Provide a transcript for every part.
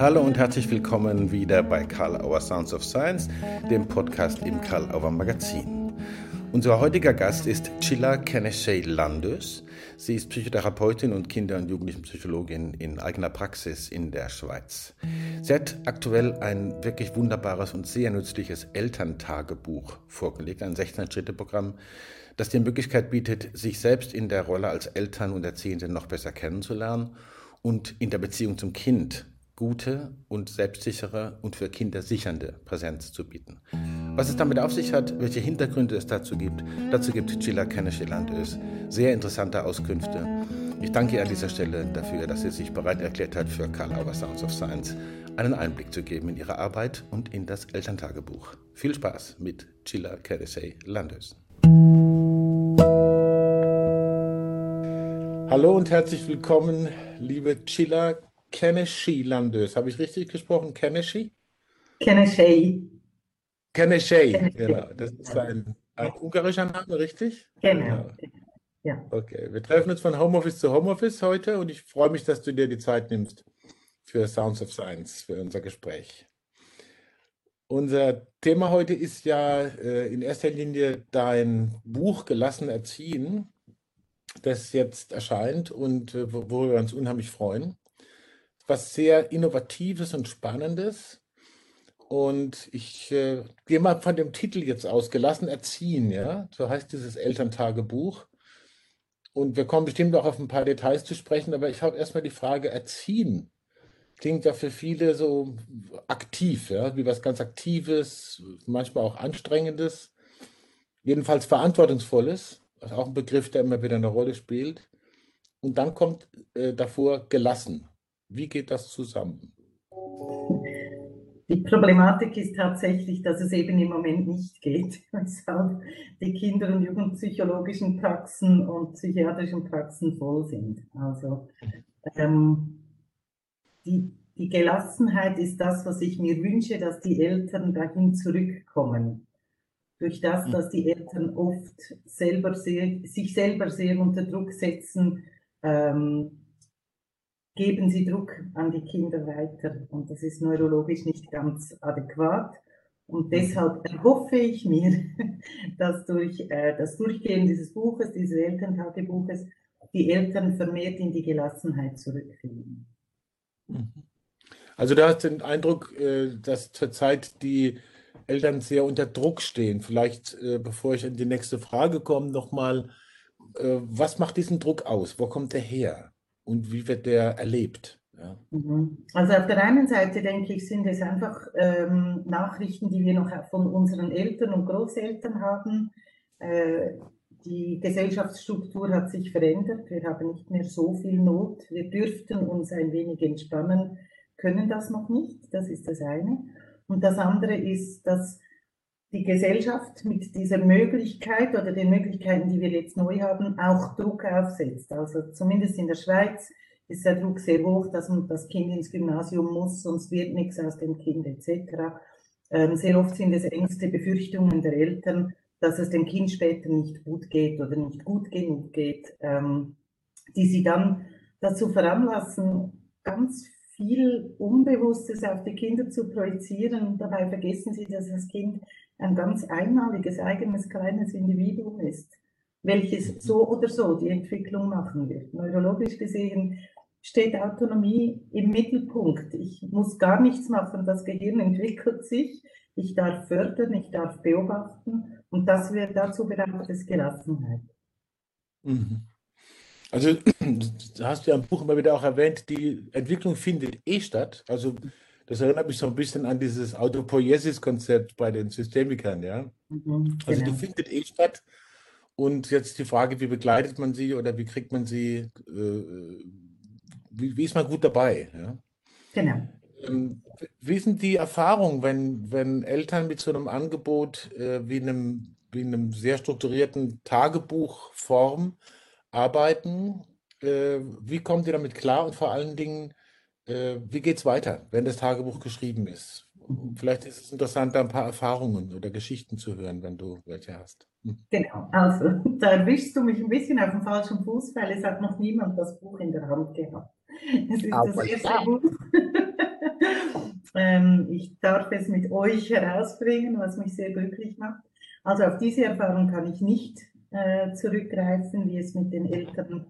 Hallo und herzlich willkommen wieder bei Karl Auer Sounds of Science, dem Podcast im Karl Auer Magazin. Unser heutiger Gast ist Cilla Kenesey-Landös. Sie ist Psychotherapeutin und Kinder- und Jugendlichenpsychologin in eigener Praxis in der Schweiz. Sie hat aktuell ein wirklich wunderbares und sehr nützliches Elterntagebuch vorgelegt, ein 16-Schritte-Programm, das die Möglichkeit bietet, sich selbst in der Rolle als Eltern und Erziehende noch besser kennenzulernen und in der Beziehung zum Kind gute und selbstsichere und für Kinder sichernde Präsenz zu bieten. Was es damit auf sich hat, welche Hintergründe es dazu gibt Cilla Kenesey-Landös sehr interessante Auskünfte. Ich danke ihr an dieser Stelle dafür, dass sie sich bereit erklärt hat, für Karl Auer Sounds of Science einen Einblick zu geben in ihre Arbeit und in das Elterntagebuch. Viel Spaß mit Cilla Kenesey-Landös. Hallo und herzlich willkommen, liebe Cilla Kenesey-Landös. Habe ich richtig gesprochen? Kenesey? Kenesey. Kenesey, genau. Das ist ein ungarischer Name, richtig? Genau. Ja. Okay, wir treffen uns von Homeoffice zu Homeoffice heute und ich freue mich, dass du dir die Zeit nimmst für Sounds of Science, für unser Gespräch. Unser Thema heute ist ja in erster Linie dein Buch Gelassen Erziehen, das jetzt erscheint und worüber wir uns unheimlich freuen. Was sehr Innovatives und Spannendes. Und ich gehe mal von dem Titel jetzt aus, Gelassen Erziehen, ja, so heißt dieses Elterntagebuch. Und wir kommen bestimmt auch auf ein paar Details zu sprechen, aber ich habe erstmal die Frage, Erziehen klingt ja für viele so aktiv, ja, wie was ganz Aktives, manchmal auch Anstrengendes, jedenfalls Verantwortungsvolles, was auch ein Begriff, der immer wieder eine Rolle spielt. Und dann kommt davor gelassen. Wie geht das zusammen? Die Problematik ist tatsächlich, dass es eben im Moment nicht geht, weshalb die Kinder- und Jugendpsychologischen Praxen und psychiatrischen Praxen voll sind. Also die Gelassenheit ist das, was ich mir wünsche, dass die Eltern dahin zurückkommen. Durch das, dass die Eltern oft sich selber sehr unter Druck setzen, geben sie Druck an die Kinder weiter. Und das ist neurologisch nicht ganz adäquat. Und deshalb erhoffe ich mir, dass durch das Durchgehen dieses Buches, dieses Elterntagebuches, die Eltern vermehrt in die Gelassenheit zurückfinden. Also du hast den Eindruck, dass zurzeit die Eltern sehr unter Druck stehen. Vielleicht, bevor ich an die nächste Frage komme, nochmal, was macht diesen Druck aus? Wo kommt der her? Und wie wird der erlebt? Ja. Also auf der einen Seite, denke ich, sind es einfach Nachrichten, die wir noch von unseren Eltern und Großeltern haben. Die Gesellschaftsstruktur hat sich verändert. Wir haben nicht mehr so viel Not. Wir dürften uns ein wenig entspannen, können das noch nicht. Das ist das eine. Und das andere ist, dass die Gesellschaft mit dieser Möglichkeit oder den Möglichkeiten, die wir jetzt neu haben, auch Druck aufsetzt. Also zumindest in der Schweiz ist der Druck sehr hoch, dass das Kind ins Gymnasium muss, sonst wird nichts aus dem Kind etc. Sehr oft sind es Ängste, Befürchtungen der Eltern, dass es dem Kind später nicht gut geht oder nicht gut genug geht, die sie dann dazu veranlassen, ganz viel Unbewusstes auf die Kinder zu projizieren. Und dabei vergessen sie, dass das Kind ein ganz einmaliges, eigenes, kleines Individuum ist, welches so oder so die Entwicklung machen wird. Neurologisch gesehen steht Autonomie im Mittelpunkt. Ich muss gar nichts machen, das Gehirn entwickelt sich, ich darf fördern, ich darf beobachten und dazu braucht es Gelassenheit. Also du hast ja im Buch immer wieder auch erwähnt, die Entwicklung findet statt. Also das erinnert mich so ein bisschen an dieses Autopoiesis-Konzept bei den Systemikern, ja. Also die findet statt. Und jetzt die Frage, wie begleitet man sie oder wie kriegt man sie, wie ist man gut dabei? Ja? Genau. Wie sind die Erfahrungen, wenn Eltern mit so einem Angebot wie einem sehr strukturierten Tagebuchform arbeiten? Wie kommt ihr damit klar und vor allen Dingen, wie geht es weiter, wenn das Tagebuch geschrieben ist? Vielleicht ist es interessant, da ein paar Erfahrungen oder Geschichten zu hören, wenn du welche hast. Genau, also da erwischst du mich ein bisschen auf dem falschen Fuß, weil es hat noch niemand das Buch in der Hand gehabt. Es ist das erste Buch. Ich darf es mit euch herausbringen, was mich sehr glücklich macht. Also auf diese Erfahrung kann ich nicht zurückgreifen, wie es mit den Eltern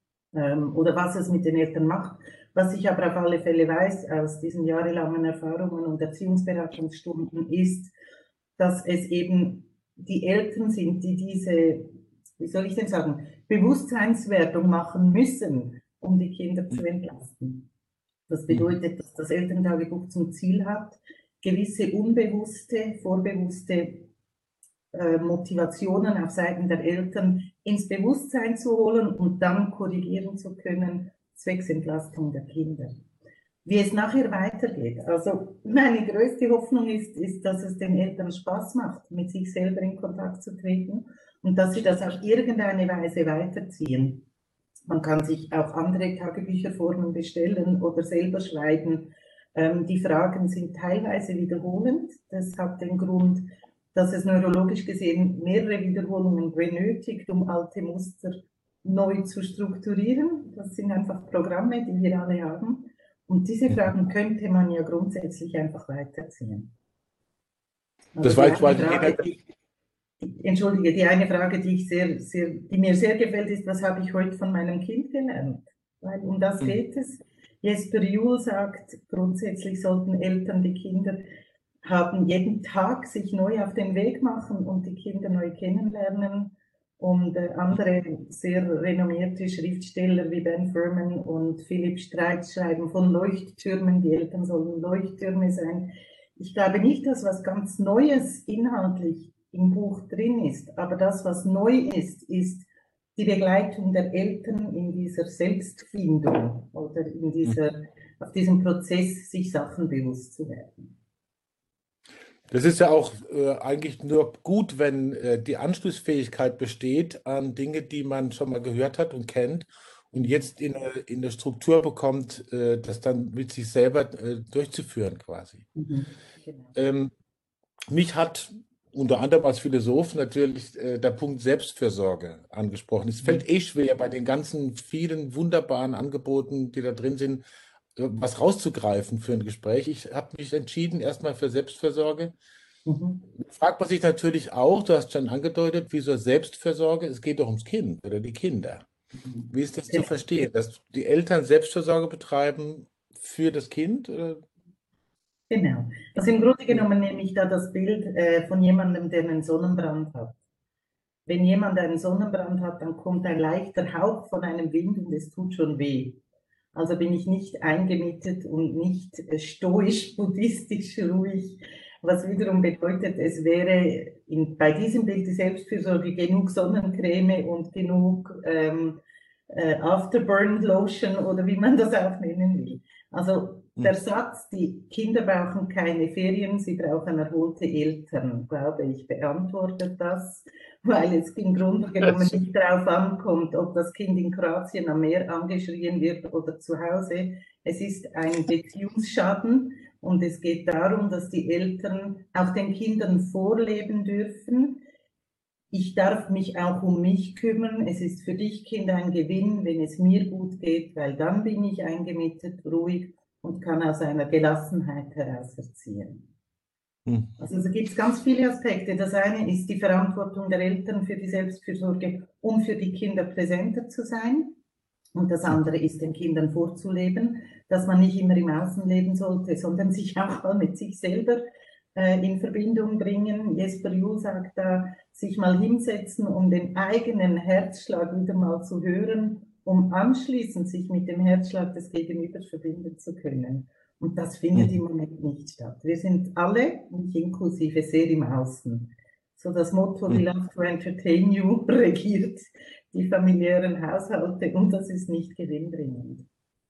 oder was es mit den Eltern macht. Was ich aber auf alle Fälle weiß aus diesen jahrelangen Erfahrungen und Erziehungsberatungsstunden ist, dass es eben die Eltern sind, die diese, wie soll ich denn sagen, Bewusstseinswertung machen müssen, um die Kinder zu entlasten. Das bedeutet, dass das Elterntagebuch zum Ziel hat, gewisse unbewusste, vorbewusste Motivationen auf Seiten der Eltern ins Bewusstsein zu holen und dann korrigieren zu können, zwecks Entlastung der Kinder. Wie es nachher weitergeht. Also meine größte Hoffnung ist, dass es den Eltern Spaß macht, mit sich selber in Kontakt zu treten und dass sie das auf irgendeine Weise weiterziehen. Man kann sich auch andere Tagebücherformen bestellen oder selber schreiben. Die Fragen sind teilweise wiederholend. Das hat den Grund, dass es neurologisch gesehen mehrere Wiederholungen benötigt, um alte Muster neu zu strukturieren. Das sind einfach Programme, die wir alle haben. Und diese Fragen könnte man ja grundsätzlich einfach weiterziehen. Also das war jetzt quasi Entschuldige, die eine Frage, die mir sehr gefällt, ist, was habe ich heute von meinem Kind gelernt? Weil um das geht es. Jesper Juhl sagt, grundsätzlich sollten Eltern die Kinder haben jeden Tag sich neu auf den Weg machen und die Kinder neu kennenlernen. Und andere sehr renommierte Schriftsteller wie Ben Furman und Philipp Streitz schreiben von Leuchttürmen, die Eltern sollen Leuchttürme sein. Ich glaube nicht, dass was ganz Neues inhaltlich im Buch drin ist, aber das, was neu ist, ist die Begleitung der Eltern in dieser Selbstfindung oder auf diesem Prozess, sich Sachen bewusst zu werden. Das ist ja auch eigentlich nur gut, wenn die Anschlussfähigkeit besteht an Dinge, die man schon mal gehört hat und kennt und jetzt in eine Struktur bekommt, das dann mit sich selber durchzuführen quasi. Genau. Mich hat unter anderem als Philosoph natürlich der Punkt Selbstfürsorge angesprochen. Es fällt schwer bei den ganzen vielen wunderbaren Angeboten, die da drin sind, was rauszugreifen für ein Gespräch. Ich habe mich entschieden erstmal für Selbstfürsorge. Fragt man sich natürlich auch, du hast schon angedeutet, wieso Selbstfürsorge? Es geht doch ums Kind oder die Kinder. Wie ist das zu verstehen, dass die Eltern Selbstfürsorge betreiben für das Kind? Oder? Genau. Also im Grunde genommen nehme ich da das Bild von jemandem, der einen Sonnenbrand hat. Wenn jemand einen Sonnenbrand hat, dann kommt ein leichter Hauch von einem Wind und es tut schon weh. Also bin ich nicht eingemietet und nicht stoisch, buddhistisch, ruhig, was wiederum bedeutet, es wäre bei diesem Bild die Selbstfürsorge genug Sonnencreme und genug Afterburn Lotion oder wie man das auch nennen will. Also der Satz, die Kinder brauchen keine Ferien, sie brauchen erholte Eltern, glaube ich, beantwortet das, weil es im Grunde genommen nicht darauf ankommt, ob das Kind in Kroatien am Meer angeschrien wird oder zu Hause. Es ist ein Beziehungsschaden und es geht darum, dass die Eltern auch den Kindern vorleben dürfen. Ich darf mich auch um mich kümmern. Es ist für dich, Kind, ein Gewinn, wenn es mir gut geht, weil dann bin ich eingemietet, ruhig und kann aus einer Gelassenheit heraus erziehen. Also da gibt es ganz viele Aspekte. Das eine ist die Verantwortung der Eltern für die Selbstfürsorge, um für die Kinder präsenter zu sein. Und das andere ist, den Kindern vorzuleben, dass man nicht immer im Außen leben sollte, sondern sich auch mal mit sich selber in Verbindung bringen. Jesper Juhl sagt da, sich mal hinsetzen, um den eigenen Herzschlag wieder mal zu hören, um anschließend sich mit dem Herzschlag des Gegenübers verbinden zu können. Und das findet im Moment nicht statt. Wir sind alle, mich inklusive, sehr im Außen. So das Motto, we love to entertain you, regiert die familiären Haushalte und das ist nicht gewinnbringend.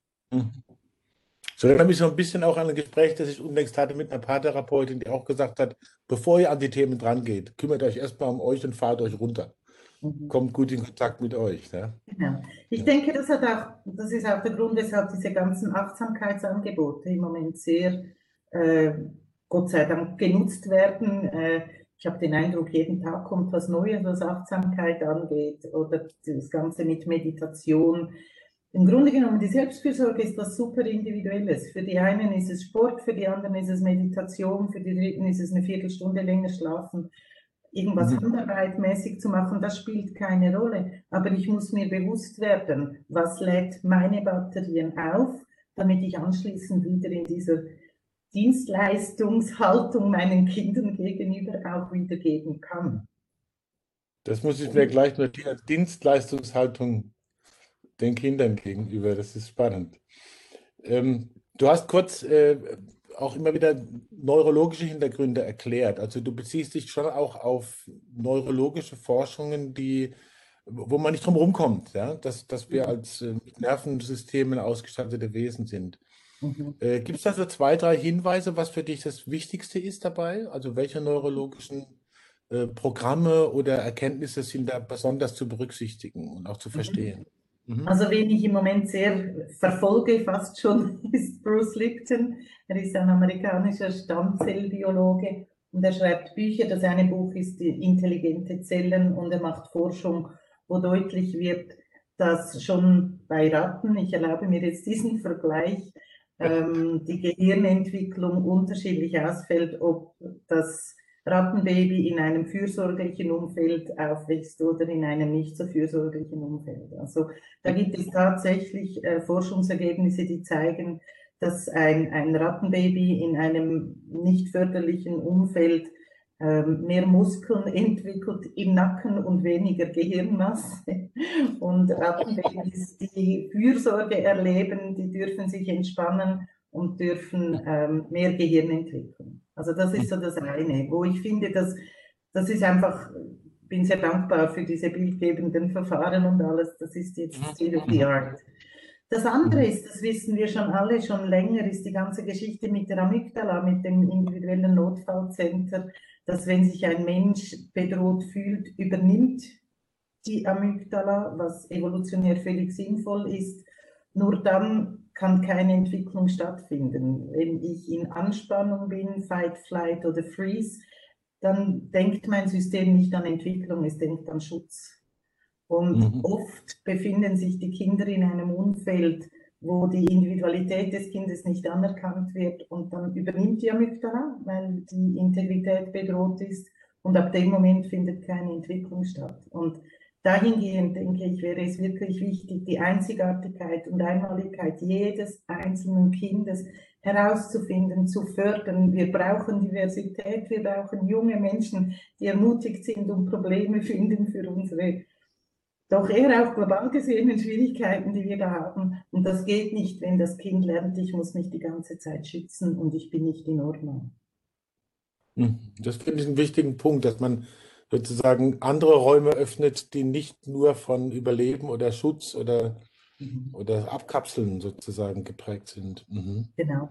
So erinnere mich so ein bisschen auch an ein Gespräch, das ich unlängst hatte mit einer Paartherapeutin, die auch gesagt hat, bevor ihr an die Themen dran geht, kümmert euch erstmal um euch und fahrt euch runter. Kommt gut in Kontakt mit euch. Ne? Genau. Ich denke, das ist auch der Grund, weshalb diese ganzen Achtsamkeitsangebote im Moment sehr, Gott sei Dank, genutzt werden. Ich habe den Eindruck, jeden Tag kommt was Neues, was Achtsamkeit angeht oder das Ganze mit Meditation. im Grunde genommen, die Selbstfürsorge ist was super Individuelles. Für die einen ist es Sport, für die anderen ist es Meditation, für die dritten ist es eine Viertelstunde länger schlafen. Irgendwas handarbeitmäßig zu machen, das spielt keine Rolle. Aber ich muss mir bewusst werden, was lädt meine Batterien auf, damit ich anschließend wieder in dieser Dienstleistungshaltung meinen Kindern gegenüber auch wiedergeben kann. Das muss ich mir gleich notieren. Dienstleistungshaltung den Kindern gegenüber, das ist spannend. Du hast kurz auch immer wieder neurologische Hintergründe erklärt. Also du beziehst dich schon auch auf neurologische Forschungen, wo man nicht drum rumkommt, ja? Dass wir als mit Nervensystemen ausgestattete Wesen sind. Gibt es da so 2, 3 Hinweise, was für dich das Wichtigste ist dabei? Also welche neurologischen Programme oder Erkenntnisse sind da besonders zu berücksichtigen und auch zu verstehen? Also wen ich im Moment sehr verfolge, fast schon, ist Bruce Lipton. Er ist ein amerikanischer Stammzellbiologe und er schreibt Bücher. Das eine Buch ist die Intelligente Zellen und er macht Forschung, wo deutlich wird, dass schon bei Ratten, ich erlaube mir jetzt diesen Vergleich, die Gehirnentwicklung unterschiedlich ausfällt, ob das Rattenbaby in einem fürsorglichen Umfeld aufwächst oder in einem nicht so fürsorglichen Umfeld. Also da gibt es tatsächlich Forschungsergebnisse, die zeigen, dass ein Rattenbaby in einem nicht förderlichen Umfeld mehr Muskeln entwickelt im Nacken und weniger Gehirnmasse. Und Rattenbabys, die Fürsorge erleben, die dürfen sich entspannen und dürfen mehr Gehirn entwickeln. Also das ist so das eine, wo ich finde, dass das ist einfach, bin sehr dankbar für diese bildgebenden Verfahren und alles, das ist jetzt State of the Art. Das andere ist, das wissen wir schon alle schon länger, ist die ganze Geschichte mit der Amygdala, mit dem individuellen Notfallcenter, dass wenn sich ein Mensch bedroht fühlt, übernimmt die Amygdala, was evolutionär völlig sinnvoll ist. Nur dann kann keine Entwicklung stattfinden. Wenn ich in Anspannung bin, Fight, Flight oder Freeze, dann denkt mein System nicht an Entwicklung, es denkt an Schutz. Und oft befinden sich die Kinder in einem Umfeld, wo die Individualität des Kindes nicht anerkannt wird und dann übernimmt die Amygdala, weil die Integrität bedroht ist und ab dem Moment findet keine Entwicklung statt. Und dahingehend, denke ich, wäre es wirklich wichtig, die Einzigartigkeit und Einmaligkeit jedes einzelnen Kindes herauszufinden, zu fördern. Wir brauchen Diversität, wir brauchen junge Menschen, die ermutigt sind und Probleme finden für unsere doch eher auch global gesehenen Schwierigkeiten, die wir da haben. Und das geht nicht, wenn das Kind lernt, ich muss mich die ganze Zeit schützen und ich bin nicht in Ordnung. Das finde ich einen wichtigen Punkt, dass man sozusagen andere Räume öffnet, die nicht nur von Überleben oder Schutz oder Abkapseln sozusagen geprägt sind. Genau.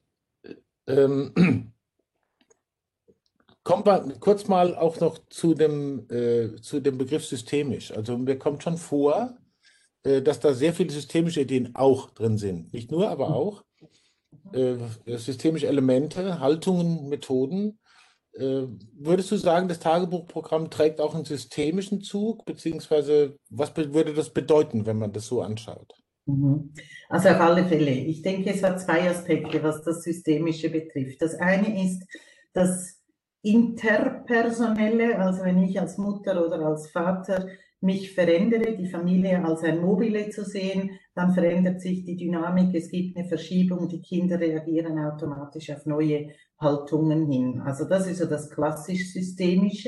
Kommen wir kurz mal auch noch zu dem Begriff systemisch. Also mir kommt schon vor, dass da sehr viele systemische Ideen auch drin sind. Nicht nur, aber auch systemische Elemente, Haltungen, Methoden. Würdest du sagen, das Tagebuchprogramm trägt auch einen systemischen Zug, beziehungsweise was würde das bedeuten, wenn man das so anschaut? Also auf alle Fälle. Ich denke, es hat 2 Aspekte, was das Systemische betrifft. Das eine ist das Interpersonelle, also wenn ich als Mutter oder als Vater mich verändere, die Familie als ein Mobile zu sehen, dann verändert sich die Dynamik, es gibt eine Verschiebung, die Kinder reagieren automatisch auf neue Haltungen hin. Also das ist so das klassisch Systemische.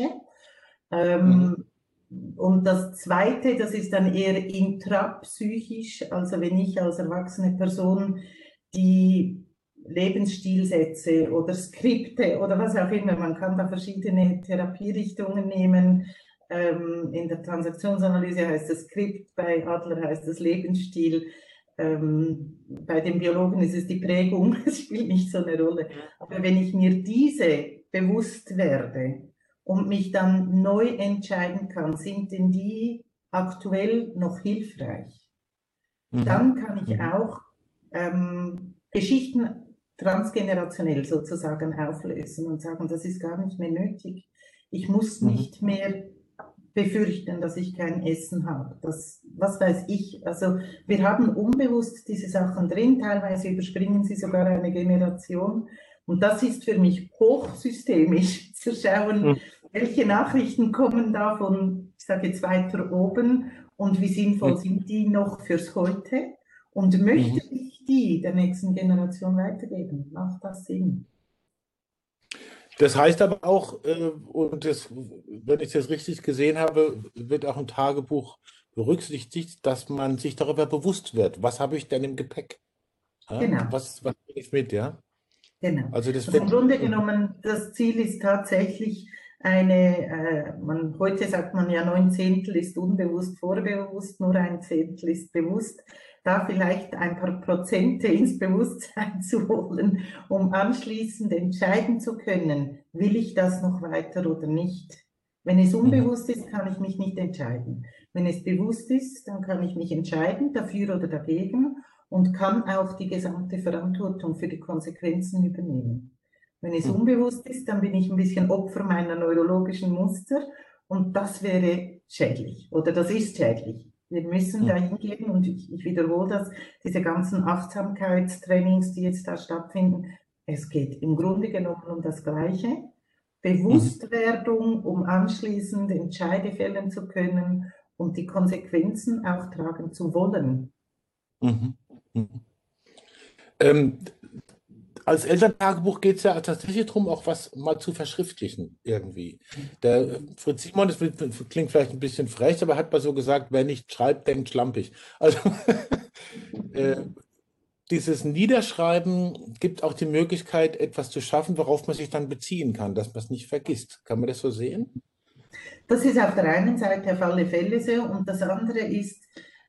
Und das Zweite, das ist dann eher intrapsychisch, also wenn ich als erwachsene Person die Lebensstilsätze oder Skripte oder was auch immer, man kann da verschiedene Therapierichtungen nehmen. In der Transaktionsanalyse heißt es Skript, bei Adler heißt es Lebensstil. Bei den Biologen ist es die Prägung, es spielt nicht so eine Rolle. Aber wenn ich mir diese bewusst werde und mich dann neu entscheiden kann, sind denn die aktuell noch hilfreich? Dann kann ich auch Geschichten transgenerationell sozusagen auflösen und sagen, das ist gar nicht mehr nötig. Ich muss nicht mehr befürchten, dass ich kein Essen habe. Das, was weiß ich. Also wir haben unbewusst diese Sachen drin, teilweise überspringen sie sogar eine Generation. Und das ist für mich hochsystemisch, zu schauen, welche Nachrichten kommen da von, ich sage jetzt weiter oben und wie sinnvoll sind die noch fürs Heute und möchte ich die der nächsten Generation weitergeben? Macht das Sinn? Das heißt aber auch, und das, wenn ich das richtig gesehen habe, wird auch im Tagebuch berücksichtigt, dass man sich darüber bewusst wird. Was habe ich denn im Gepäck? Ja? Genau. Was bringe ich mit, ja? Genau. Also das Also im wird. Grunde genommen, das Ziel ist tatsächlich heute sagt man ja, 9 Zehntel ist unbewusst vorbewusst, nur 1 Zehntel ist bewusst. Da vielleicht ein paar Prozente ins Bewusstsein zu holen, um anschließend entscheiden zu können, will ich das noch weiter oder nicht. Wenn es unbewusst ist, kann ich mich nicht entscheiden. Wenn es bewusst ist, dann kann ich mich entscheiden, dafür oder dagegen, und kann auch die gesamte Verantwortung für die Konsequenzen übernehmen. Wenn es unbewusst ist, dann bin ich ein bisschen Opfer meiner neurologischen Muster und das wäre schädlich oder das ist schädlich. Wir müssen da hingehen und ich wiederhole das, diese ganzen Achtsamkeitstrainings, die jetzt da stattfinden, es geht im Grunde genommen um das Gleiche. Bewusstwerdung, um anschließend Entscheide fällen zu können und die Konsequenzen auch tragen zu wollen. Als Elterntagebuch geht es ja tatsächlich darum, auch was mal zu verschriftlichen irgendwie. Der Fritz Simon, das klingt vielleicht ein bisschen frech, aber hat mal so gesagt, wer nicht schreibt, denkt schlampig. Also dieses Niederschreiben gibt auch die Möglichkeit, etwas zu schaffen, worauf man sich dann beziehen kann, dass man es nicht vergisst. Kann man das so sehen? Das ist auf der einen Seite auf alle Fälle so und das andere ist,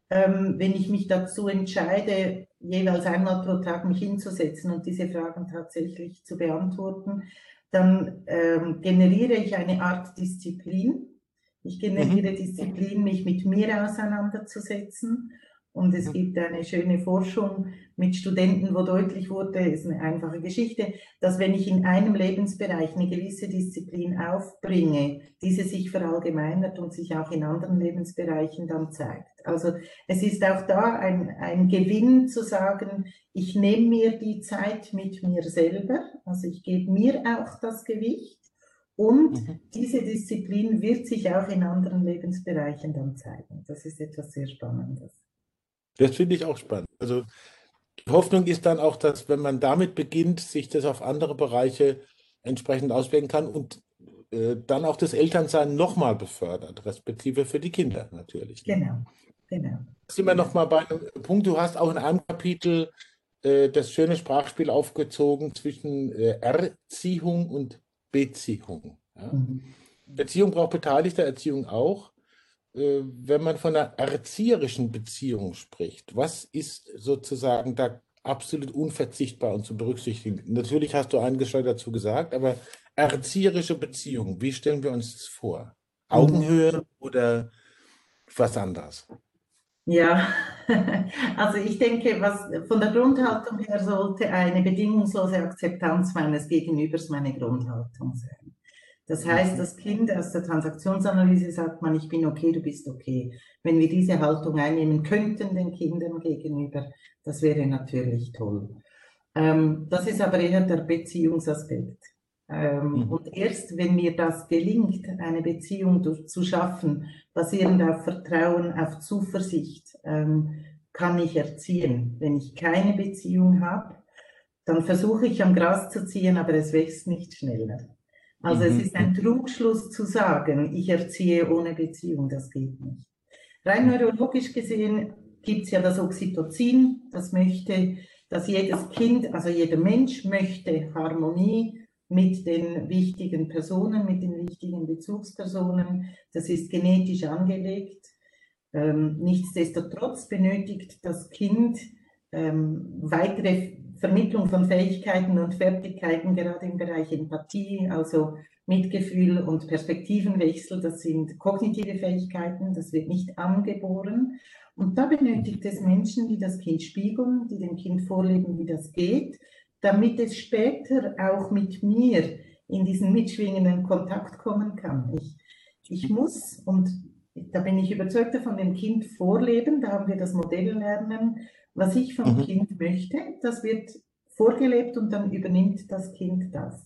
wenn ich mich dazu entscheide, jeweils einmal pro Tag mich hinzusetzen und diese Fragen tatsächlich zu beantworten, dann generiere ich eine Art Disziplin. Ich generiere Disziplin, mich mit mir auseinanderzusetzen. Und es gibt eine schöne Forschung mit Studenten, wo deutlich wurde, ist eine einfache Geschichte, dass wenn ich in einem Lebensbereich eine gewisse Disziplin aufbringe, diese sich verallgemeinert und sich auch in anderen Lebensbereichen dann zeigt. Also es ist auch da ein Gewinn zu sagen, ich nehme mir die Zeit mit mir selber, also ich gebe mir auch das Gewicht und diese Disziplin wird sich auch in anderen Lebensbereichen dann zeigen. Das ist etwas sehr Spannendes. Das finde ich auch spannend. Also die Hoffnung ist dann auch, dass wenn man damit beginnt, sich das auf andere Bereiche entsprechend auswirken kann und dann auch das Elternsein nochmal befördert, respektive für die Kinder natürlich. Genau, genau. Sind wir nochmal bei einem Punkt, du hast auch in einem Kapitel das schöne Sprachspiel aufgezogen zwischen Erziehung und Beziehung. Ja? Beziehung braucht Beteiligte, Erziehung auch. Wenn man von einer erzieherischen Beziehung spricht, was ist sozusagen da absolut unverzichtbar und zu berücksichtigen? Natürlich hast du einiges schon dazu gesagt, aber erzieherische Beziehung, wie stellen wir uns das vor? Augenhöhe oder was anderes? Ja, also ich denke, was von der Grundhaltung her sollte eine bedingungslose Akzeptanz meines Gegenübers meine Grundhaltung sein. Das heißt, das Kind aus der Transaktionsanalyse sagt man, ich bin okay, du bist okay. Wenn wir diese Haltung einnehmen könnten den Kindern gegenüber, das wäre natürlich toll. Das ist aber eher der Beziehungsaspekt. Und erst wenn mir das gelingt, eine Beziehung zu schaffen, basierend auf Vertrauen, auf Zuversicht, kann ich erziehen. Wenn ich keine Beziehung habe, dann versuche ich am Gras zu ziehen, aber es wächst nicht schneller. Also es ist ein Trugschluss zu sagen, ich erziehe ohne Beziehung, das geht nicht. Rein neurologisch gesehen gibt es ja das Oxytocin, das möchte, dass jedes Kind, also jeder Mensch möchte Harmonie mit den wichtigen Personen, mit den wichtigen Bezugspersonen. Das ist genetisch angelegt. Nichtsdestotrotz benötigt das Kind weitere Vermittlung von Fähigkeiten und Fertigkeiten, gerade im Bereich Empathie, also Mitgefühl und Perspektivenwechsel, das sind kognitive Fähigkeiten, das wird nicht angeboren. Und da benötigt es Menschen, die das Kind spiegeln, die dem Kind vorleben, wie das geht, damit es später auch mit mir in diesen mitschwingenden Kontakt kommen kann. Ich Ich muss, und da bin ich überzeugt davon, dem Kind vorleben, da haben wir das Modell lernen, was ich vom Kind möchte, das wird vorgelebt und dann übernimmt das Kind das.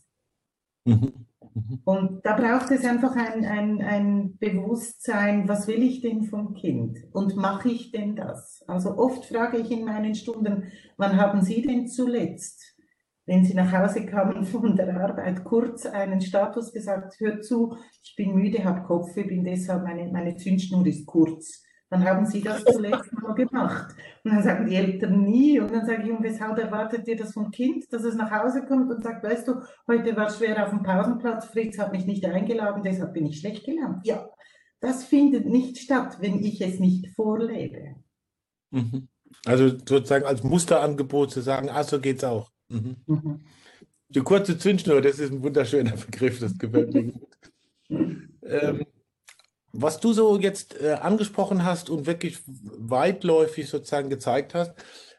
Und da braucht es einfach ein Bewusstsein, was will ich denn vom Kind und mache ich denn das? Also oft frage ich in meinen Stunden, wann haben Sie denn zuletzt, wenn Sie nach Hause kamen von der Arbeit, kurz einen Status gesagt, hör zu, ich bin müde, habe Kopfweh, bin deshalb, meine Zündschnur ist kurz. Dann haben Sie das zuletzt mal gemacht. Und dann sagen die Eltern nie. Und dann sage ich, und weshalb erwartet ihr das vom Kind, dass es nach Hause kommt und sagt, weißt du, heute war es schwer auf dem Pausenplatz, Fritz hat mich nicht eingeladen, deshalb bin ich schlecht gelaunt. Ja, das findet nicht statt, wenn ich es nicht vorlebe. Also sozusagen als Musterangebot zu sagen, so geht's auch. Die kurze Zündschnur, das ist ein wunderschöner Begriff, das gefällt mir gut. Was du so jetzt angesprochen hast und wirklich weitläufig sozusagen gezeigt hast,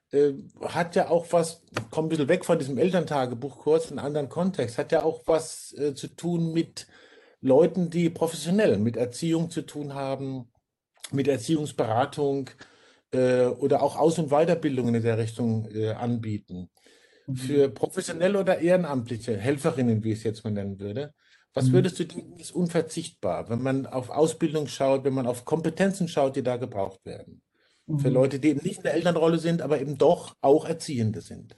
hat ja auch was, kommt ein bisschen weg von diesem Elterntagebuch kurz, in einen anderen Kontext, hat ja auch was zu tun mit Leuten, die professionell mit Erziehung zu tun haben, mit Erziehungsberatung oder auch Aus- und Weiterbildungen in der Richtung anbieten. Für professionelle oder ehrenamtliche Helferinnen, wie ich es jetzt mal nennen würde, was würdest du denken, ist unverzichtbar, wenn man auf Ausbildung schaut, wenn man auf Kompetenzen schaut, die da gebraucht werden? Für Leute, die eben nicht in der Elternrolle sind, aber eben doch auch Erziehende sind.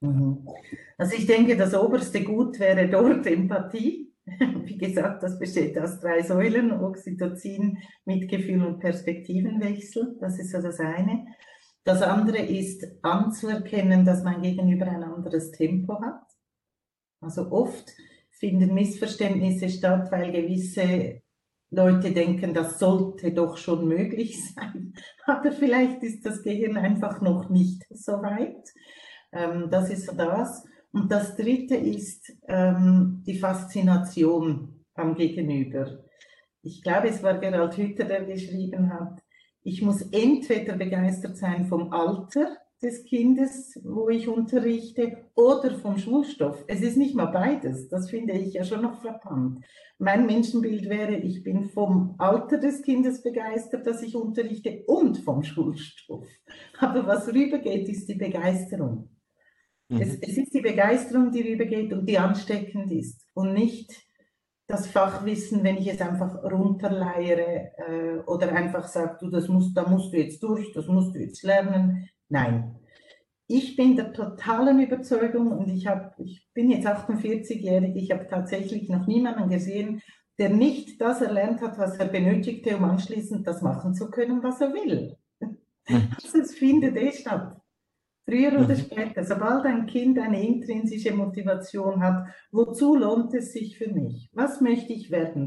Also ich denke, das oberste Gut wäre dort Empathie. Wie gesagt, das besteht aus 3 Säulen, Oxytocin, Mitgefühl und Perspektivenwechsel. Das ist so das eine. Das andere ist anzuerkennen, dass mein Gegenüber ein anderes Tempo hat. Also oft finden Missverständnisse statt, weil gewisse Leute denken, das sollte doch schon möglich sein. Aber vielleicht ist das Gehirn einfach noch nicht so weit. Das ist so das. Und das dritte ist die Faszination am Gegenüber. Ich glaube, es war Gerald Hüther, der geschrieben hat, ich muss entweder begeistert sein vom Alter des Kindes, wo ich unterrichte, oder vom Schulstoff. Es ist nicht mal beides. Das finde ich ja schon noch frappant. Mein Menschenbild wäre, ich bin vom Alter des Kindes begeistert, das ich unterrichte, und vom Schulstoff. Aber was rübergeht, ist die Begeisterung. Es ist die Begeisterung, die rübergeht und die ansteckend ist und nicht das Fachwissen, wenn ich es einfach runterleiere oder einfach sage, du, da musst du jetzt durch, das musst du jetzt lernen. Nein, ich bin der totalen Überzeugung und ich bin jetzt 48-jährig, ich habe tatsächlich noch niemanden gesehen, der nicht das erlernt hat, was er benötigte, um anschließend das machen zu können, was er will. Also es findet statt. Früher oder später, sobald ein Kind eine intrinsische Motivation hat, wozu lohnt es sich für mich? Was möchte ich werden?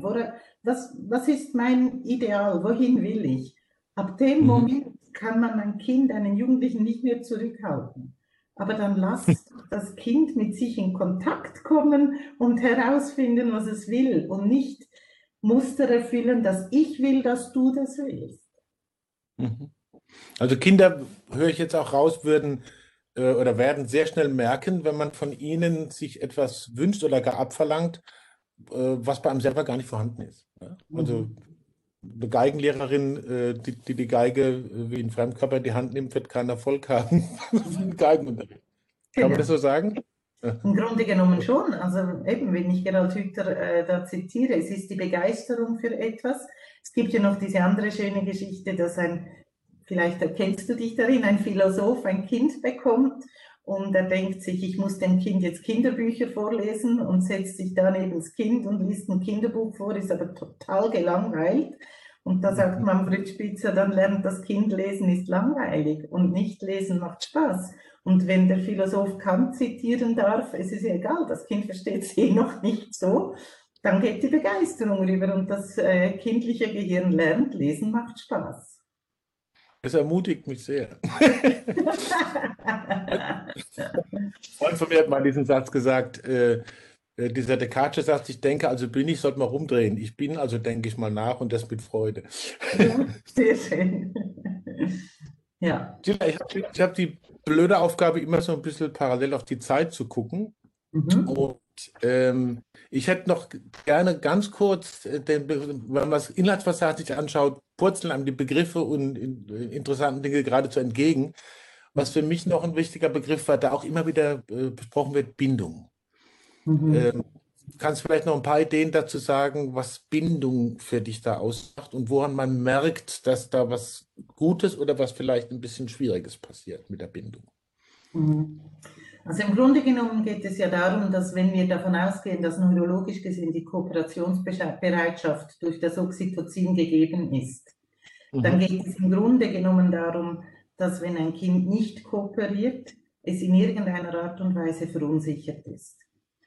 Was ist mein Ideal? Wohin will ich? Ab dem Moment kann man ein Kind, einen Jugendlichen nicht mehr zurückhalten. Aber dann lasst das Kind mit sich in Kontakt kommen und herausfinden, was es will und nicht Muster erfüllen, dass ich will, dass du das willst. Also Kinder, höre ich jetzt auch raus, würden oder werden sehr schnell merken, wenn man von ihnen sich etwas wünscht oder gar abverlangt, was bei einem selber gar nicht vorhanden ist. Ja? Also eine Geigenlehrerin, die Geige wie ein Fremdkörper in die Hand nimmt, wird keinen Erfolg haben. Geigenunterricht. Kann man das so sagen? Im Grunde genommen schon. Also eben, wenn ich Gerald Hüther da zitiere, es ist die Begeisterung für etwas. Es gibt ja noch diese andere schöne Geschichte, dass vielleicht erkennst du dich darin, ein Philosoph ein Kind bekommt und er denkt sich, ich muss dem Kind jetzt Kinderbücher vorlesen und setzt sich da neben das Kind und liest ein Kinderbuch vor, ist aber total gelangweilt. Und da sagt Manfred Spitzer, dann lernt das Kind lesen ist langweilig und nicht lesen macht Spaß. Und wenn der Philosoph Kant zitieren darf, es ist ja egal, das Kind versteht es noch nicht so, dann geht die Begeisterung rüber und das kindliche Gehirn lernt, lesen macht Spaß. Das ermutigt mich sehr. Ein Freund von mir hat mal diesen Satz gesagt, dieser Descartes sagt, ich denke, also bin ich, sollte man rumdrehen. Ich bin, also denke ich mal nach und das mit Freude. Ja, sehr schön. Ja. Ich habe die blöde Aufgabe, immer so ein bisschen parallel auf die Zeit zu gucken. Mhm. Und ich hätte noch gerne ganz kurz, wenn man das Inhaltsverzeichnis sich anschaut, purzeln einem die Begriffe und interessanten Dinge geradezu entgegen. Was für mich noch ein wichtiger Begriff war, der auch immer wieder besprochen wird, Bindung. Mhm. Ähm, Kannst du vielleicht noch ein paar Ideen dazu sagen, was Bindung für dich da ausmacht und woran man merkt, dass da was Gutes oder was vielleicht ein bisschen Schwieriges passiert mit der Bindung? Mhm. Also im Grunde genommen geht es ja darum, dass wenn wir davon ausgehen, dass neurologisch gesehen die Kooperationsbereitschaft durch das Oxytocin gegeben ist, dann Mhm. geht es im Grunde genommen darum, dass wenn ein Kind nicht kooperiert, es in irgendeiner Art und Weise verunsichert ist.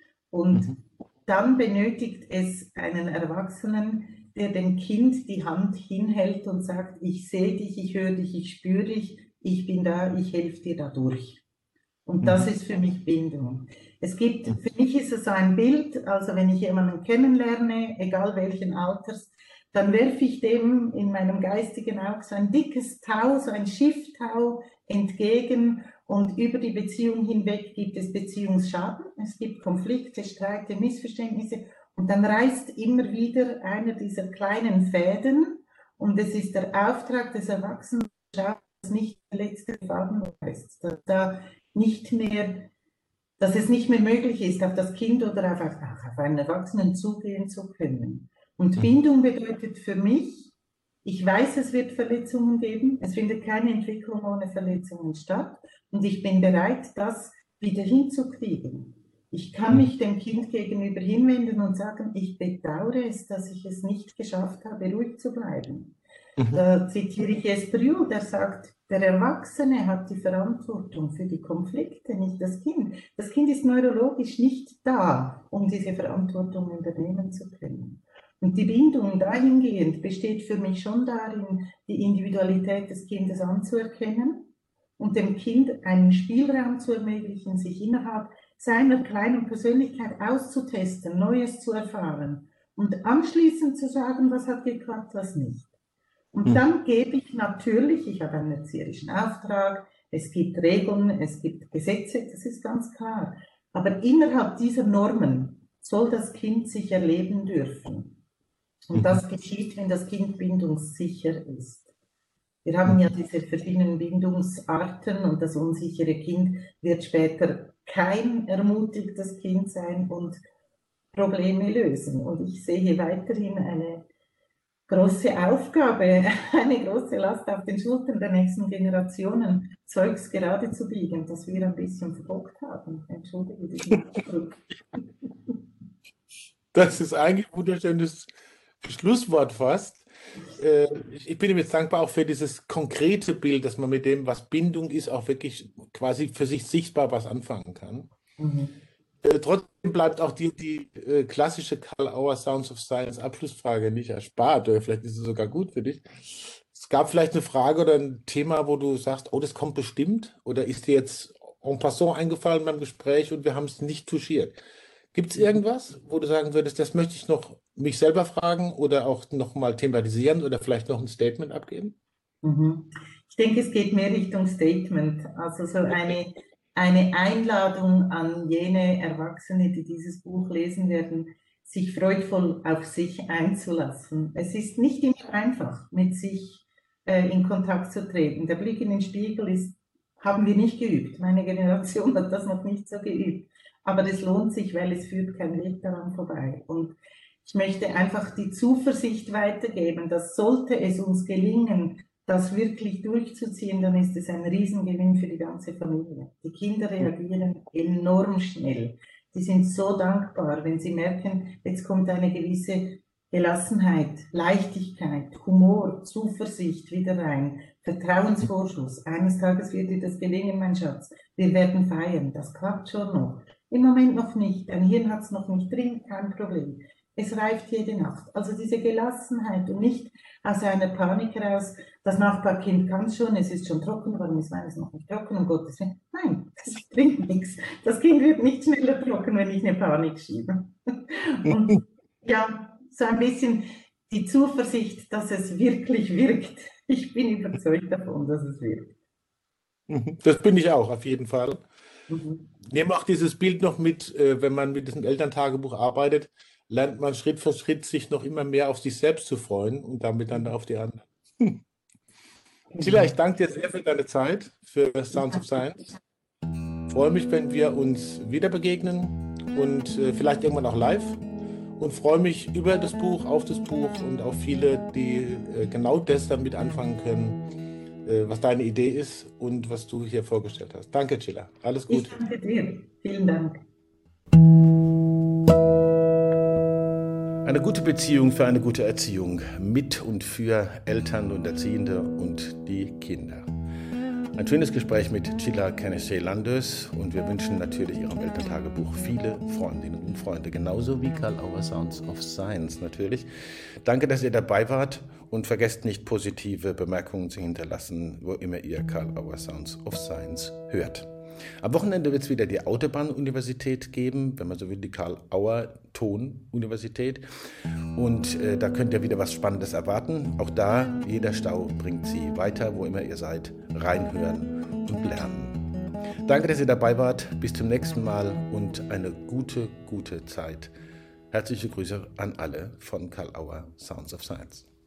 Und Mhm. dann benötigt es einen Erwachsenen, der dem Kind die Hand hinhält und sagt, ich sehe dich, ich höre dich, ich spüre dich, ich bin da, ich helfe dir dadurch. Und das Mhm. ist für mich Bindung. Für mich ist es so ein Bild, also wenn ich jemanden kennenlerne, egal welchen Alters, dann werfe ich dem in meinem geistigen Auge so ein dickes Tau, so ein Schifftau entgegen und über die Beziehung hinweg gibt es Beziehungsschaden, es gibt Konflikte, Streite, Missverständnisse und dann reißt immer wieder einer dieser kleinen Fäden und es ist der Auftrag des Erwachsenen, dass nicht der letzte Faden reißt, dass da nicht mehr, dass es nicht mehr möglich ist, auf das Kind oder auf einen Erwachsenen zugehen zu können. Und Mhm. Bindung bedeutet für mich, ich weiß, es wird Verletzungen geben, es findet keine Entwicklung ohne Verletzungen statt und ich bin bereit, das wieder hinzukriegen. Ich kann Mhm. mich dem Kind gegenüber hinwenden und sagen, ich bedauere es, dass ich es nicht geschafft habe, ruhig zu bleiben. Mhm. Da zitiere ich Espriu, der sagt, der Erwachsene hat die Verantwortung für die Konflikte, nicht das Kind. Das Kind ist neurologisch nicht da, um diese Verantwortung übernehmen zu können. Und die Bindung dahingehend besteht für mich schon darin, die Individualität des Kindes anzuerkennen und dem Kind einen Spielraum zu ermöglichen, sich innerhalb seiner kleinen Persönlichkeit auszutesten, Neues zu erfahren und anschließend zu sagen, was hat geklappt, was nicht. Und Mhm. dann gebe ich natürlich, ich habe einen erzieherischen Auftrag, es gibt Regeln, es gibt Gesetze, das ist ganz klar. Aber innerhalb dieser Normen soll das Kind sich erleben dürfen. Und Mhm. das geschieht, wenn das Kind bindungssicher ist. Wir haben ja Mhm. diese verschiedenen Bindungsarten und das unsichere Kind wird später kein ermutigtes Kind sein und Probleme lösen. Und ich sehe weiterhin eine große Aufgabe, eine große Last auf den Schultern der nächsten Generationen, Zeugs gerade zu biegen, das wir ein bisschen verbockt haben. Entschuldige diesen Ausdruck. Das ist eigentlich ein wunderschönes Schlusswort fast. Ich bin ihm jetzt dankbar auch für dieses konkrete Bild, dass man mit dem, was Bindung ist, auch wirklich quasi für sich sichtbar was anfangen kann. Mhm. Trotzdem bleibt auch die klassische Karl Auer Sounds of Science Abschlussfrage nicht erspart, oder vielleicht ist es sogar gut für dich. Es gab vielleicht eine Frage oder ein Thema, wo du sagst, oh, das kommt bestimmt, oder ist dir jetzt en passant eingefallen beim Gespräch und wir haben es nicht touchiert. Gibt es irgendwas, wo du sagen würdest, das möchte ich noch mich selber fragen oder auch noch mal thematisieren oder vielleicht noch ein Statement abgeben? Mhm. Ich denke, es geht mehr Richtung Statement, also so Okay. eine Einladung an jene Erwachsene, die dieses Buch lesen werden, sich freudvoll auf sich einzulassen. Es ist nicht immer einfach, mit sich in Kontakt zu treten. Der Blick in den Spiegel ist, haben wir nicht geübt. Meine Generation hat das noch nicht so geübt. Aber es lohnt sich, weil es führt kein Weg daran vorbei. Und ich möchte einfach die Zuversicht weitergeben, dass sollte es uns gelingen, das wirklich durchzuziehen, dann ist es ein Riesengewinn für die ganze Familie. Die Kinder reagieren enorm schnell. Die sind so dankbar, wenn sie merken, jetzt kommt eine gewisse Gelassenheit, Leichtigkeit, Humor, Zuversicht wieder rein, Vertrauensvorschuss. Eines Tages wird dir das gelingen, mein Schatz. Wir werden feiern. Das klappt schon noch. Im Moment noch nicht. Dein Hirn hat es noch nicht drin, kein Problem. Es reift jede Nacht. Also diese Gelassenheit und nicht aus einer Panik heraus, das Nachbarkind kann es schon, es ist schon trocken, warum ist meines noch nicht trocken, um Gottes Willen. Nein, das bringt nichts. Das Kind wird nicht schneller trocken, wenn ich eine Panik schiebe. Und ja, so ein bisschen die Zuversicht, dass es wirklich wirkt. Ich bin überzeugt davon, dass es wirkt. Das bin ich auch, auf jeden Fall. Mhm. Nehme auch dieses Bild noch mit, wenn man mit diesem Elterntagebuch arbeitet, lernt man Schritt für Schritt, sich noch immer mehr auf sich selbst zu freuen und damit dann auf die anderen. Tilla, ich Genau. danke dir sehr für deine Zeit, für Sounds of Science. Freue mich, wenn wir uns wieder begegnen und vielleicht irgendwann auch live. Und freue mich über das Buch, auf das Buch und auf viele, die genau das damit anfangen können, was deine Idee ist und was du hier vorgestellt hast. Danke, Tilla. Alles Ich gut. danke dir. Vielen Dank. Eine gute Beziehung für eine gute Erziehung mit und für Eltern und Erziehende und die Kinder. Ein schönes Gespräch mit Tilla Kennesey-Landers und wir wünschen natürlich Ihrem Elterntagebuch viele Freundinnen und Freunde, genauso wie Karl Auer Sounds of Science natürlich. Danke, dass ihr dabei wart und vergesst nicht, positive Bemerkungen zu hinterlassen, wo immer ihr Karl Auer Sounds of Science hört. Am Wochenende wird es wieder die Autobahn-Universität geben, wenn man so will, die Karl-Auer-Ton-Universität. Und da könnt ihr wieder was Spannendes erwarten. Auch da, jeder Stau bringt sie weiter, wo immer ihr seid, reinhören und lernen. Danke, dass ihr dabei wart. Bis zum nächsten Mal und eine gute Zeit. Herzliche Grüße an alle von Karl Auer Sounds of Science.